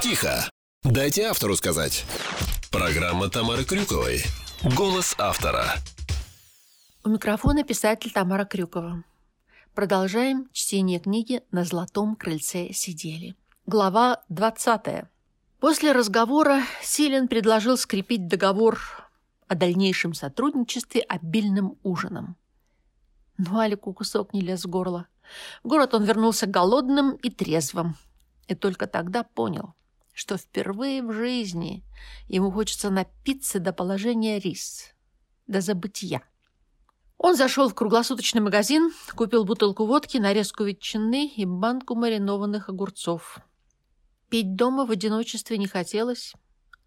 Тихо! Дайте автору сказать. Программа Тамары Крюковой. Голос автора. У микрофона писатель Тамара Крюкова. Продолжаем чтение книги «На золотом крыльце сидели». Глава 20. После разговора Силин предложил скрепить договор о дальнейшем сотрудничестве обильным ужином. Но Алику кусок не лез в горло. В город он вернулся голодным и трезвым. И только тогда понял, что впервые в жизни ему хочется напиться до положения рис, до забытия. Он зашел в круглосуточный магазин, купил бутылку водки, нарезку ветчины и банку маринованных огурцов. Пить дома в одиночестве не хотелось.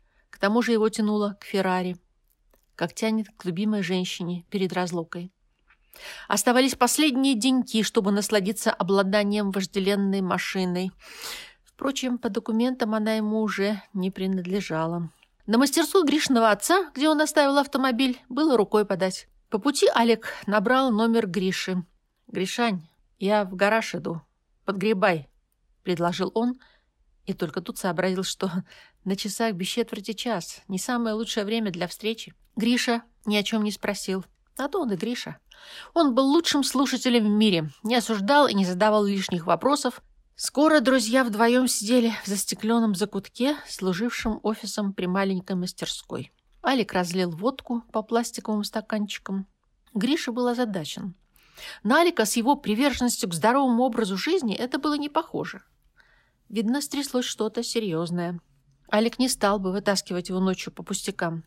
К тому же его тянуло к Феррари, как тянет к любимой женщине перед разлукой. Оставались последние деньки, чтобы насладиться обладанием вожделенной машиной. Впрочем, по документам она ему уже не принадлежала. На мастерскую Гришиного отца, где он оставил автомобиль, было рукой подать. По пути Алик набрал номер Гриши. «Гришань, я в гараж иду. Подгребай», — предложил он. И только тут сообразил, что на часах без четверти час. Не самое лучшее время для встречи. Гриша ни о чем не спросил. А то он и Гриша. Он был лучшим слушателем в мире. Не осуждал и не задавал лишних вопросов. Скоро друзья вдвоем сидели в застекленном закутке, служившем офисом при маленькой мастерской. Алик разлил водку по пластиковым стаканчикам. Гриша был озадачен. На Алика с его приверженностью к здоровому образу жизни это было не похоже. Видно, стряслось что-то серьезное. Алик не стал бы вытаскивать его ночью по пустякам.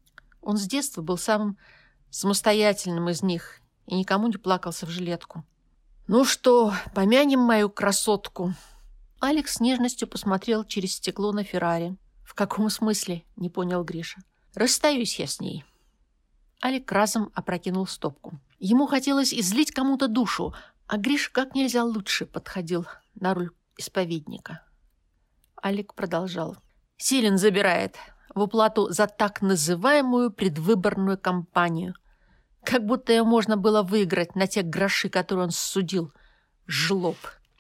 Он с детства был самым самостоятельным из них и никому не плакался в жилетку. «Ну что, помянем мою красотку?» Алекс с нежностью посмотрел через стекло на Феррари. «В каком смысле?» – не понял Гриша. «Расстаюсь я с ней». Алик разом опрокинул стопку. Ему хотелось излить кому-то душу, а Гриша как нельзя лучше подходил на роль исповедника. Алик продолжал. «Силин забирает в уплату за так называемую предвыборную кампанию. Как будто ее можно было выиграть на те гроши, которые он судил. Жлоб.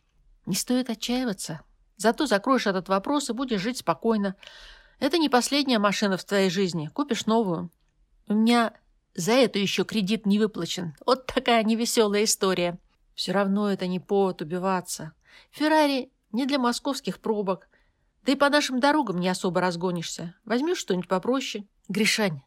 Не стоит отчаиваться. Зато закроешь этот вопрос и будешь жить спокойно. Это не последняя машина в твоей жизни. Купишь новую. У меня за это еще кредит не выплачен. Вот такая невеселая история. Все равно это не повод убиваться. Феррари не для московских пробок. Да и по нашим дорогам не особо разгонишься. Возьмешь что-нибудь попроще. Гришань,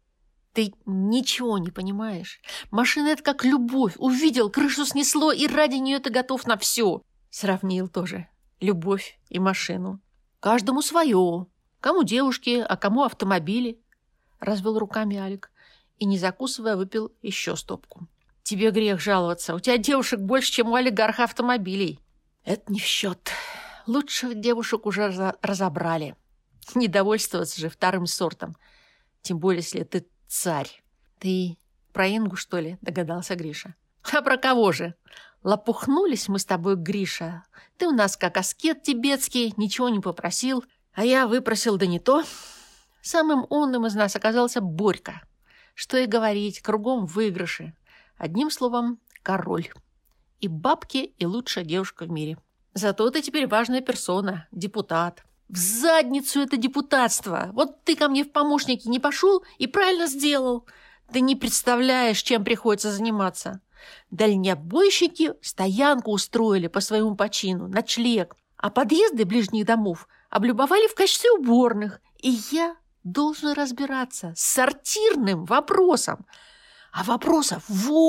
ты ничего не понимаешь. Машина — это как любовь. Увидел, крышу снесло, и ради нее ты готов на все. Сравнил тоже любовь и машину. Каждому свое. Кому девушки, а кому автомобили. Развел руками Алик и, не закусывая, выпил еще стопку. Тебе грех жаловаться. У тебя девушек больше, чем у олигарха автомобилей. Это не в счет. Лучших девушек уже разобрали. Не довольствоваться же вторым сортом. Тем более, если ты царь. Ты про Ингу, что ли? Догадался Гриша. А про кого же? Лопухнулись мы с тобой, Гриша. Ты у нас как аскет тибетский, ничего не попросил. А я выпросил, да не то. Самым умным из нас оказался Борька. Что и говорить, кругом выигрыши. Одним словом, король. И бабки, и лучшая девушка в мире. Зато ты теперь важная персона, депутат. В задницу это депутатство. Вот ты ко мне в помощники не пошел и правильно сделал. Ты не представляешь, чем приходится заниматься. Дальнобойщики стоянку устроили по своему почину, ночлег. А подъезды ближних домов облюбовали в качестве уборных. И я должен разбираться с сортирным вопросом. А вопросов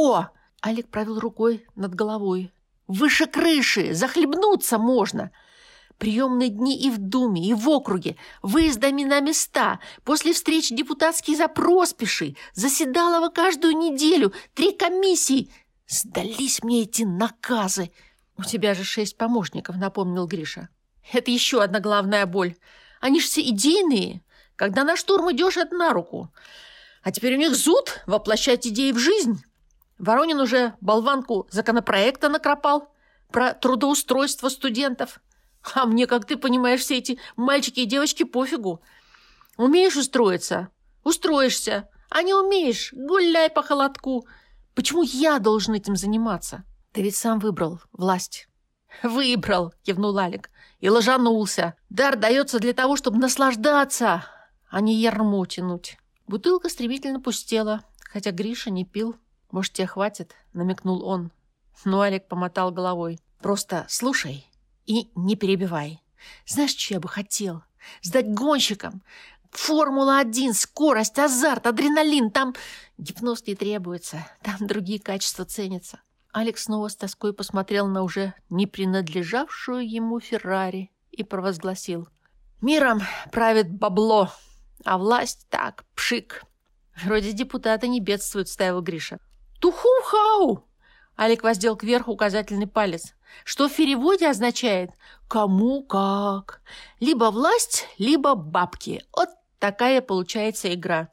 Алик провел рукой над головой. Выше крыши, захлебнуться можно. Приемные дни и в Думе, и в округе, выездами на места. После встреч депутатский запрос пиши. Заседалово каждую неделю, 3 комиссии. Сдались мне эти наказы. У тебя же 6 помощников, напомнил Гриша. Это еще одна главная боль. Они же все идейные. Когда на штурм идешь, это на руку. А теперь у них зуд воплощать идеи в жизнь. Воронин уже болванку законопроекта накропал про трудоустройство студентов. А мне, как ты понимаешь, все эти мальчики и девочки пофигу. Умеешь устроиться? Устроишься. А не умеешь? Гуляй по холодку. Почему я должен этим заниматься? Ты ведь сам выбрал власть. «Выбрал», — кивнул Алик. «И ложанулся. Дар дается для того, чтобы наслаждаться, а не ярмо тянуть». Бутылка стремительно пустела, хотя Гриша не пил. «Может, тебе хватит?» — намекнул он. Но Алик помотал головой. «Просто слушай и не перебивай. Знаешь, что я бы хотел? Сдать гонщикам. Формула-1, скорость, азарт, адреналин. Там гипноз не требуется. Там другие качества ценятся». Алекс снова с тоской посмотрел на уже не принадлежавшую ему Феррари и провозгласил: «Миром правит бабло, а власть так, пшик». «Вроде депутаты не бедствуют», — ставил Гриша. «Туху-хау!» — Алик воздел кверху указательный палец, что в переводе означает «кому как». Либо власть, либо бабки. Вот такая получается игра.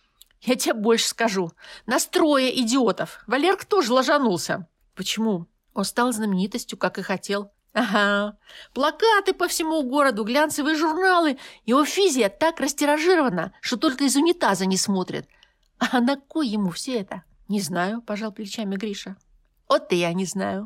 Я тебе больше скажу. Настроя идиотов. Валерка тоже ложанулся. Почему? Он стал знаменитостью, как и хотел. Ага. Плакаты по всему городу, глянцевые журналы. Его физия так растиражирована, что только из унитаза не смотрит. А на кой ему все это? Не знаю, пожал плечами Гриша. Вот и я не знаю.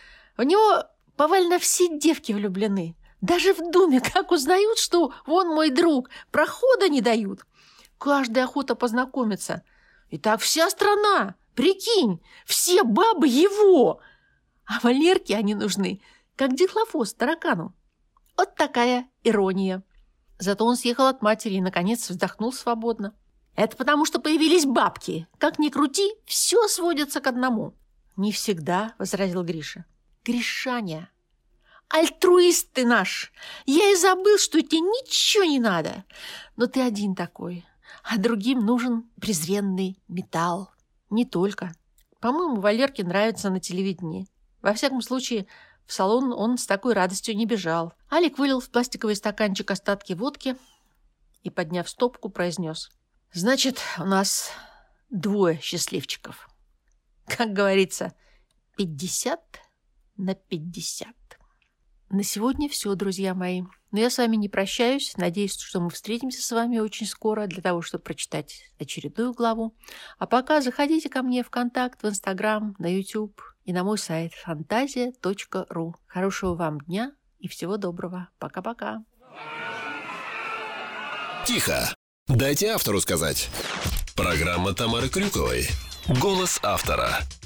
В него повально все девки влюблены. Даже в Думе, как узнают, что вон мой друг, прохода не дают. Каждая охота познакомиться. И так вся страна. Прикинь, все бабы его. А Валерке они нужны, как дихлофос таракану. Вот такая ирония. Зато он съехал от матери и, наконец, вздохнул свободно. Это потому, что появились бабки. Как ни крути, все сводится к одному. Не всегда, возразил Гриша. Гришаня, альтруист ты наш. Я и забыл, что тебе ничего не надо. Но ты один такой. А другим нужен презренный металл. Не только. По-моему, Валерке нравится на телевидении. Во всяком случае, в салон он с такой радостью не бежал. Алик вылил в пластиковый стаканчик остатки водки и, подняв стопку, произнес: «Значит, у нас двое счастливчиков. Как говорится, 50/50. На сегодня все, друзья мои. Но я с вами не прощаюсь. Надеюсь, что мы встретимся с вами очень скоро для того, чтобы прочитать очередную главу. А пока заходите ко мне в контакт, в Инстаграм, на YouTube и на мой сайт fantasia.ru. Хорошего вам дня и всего доброго. Пока-пока. Тихо. Дайте автору сказать. Программа Тамары Крюковой. Голос автора.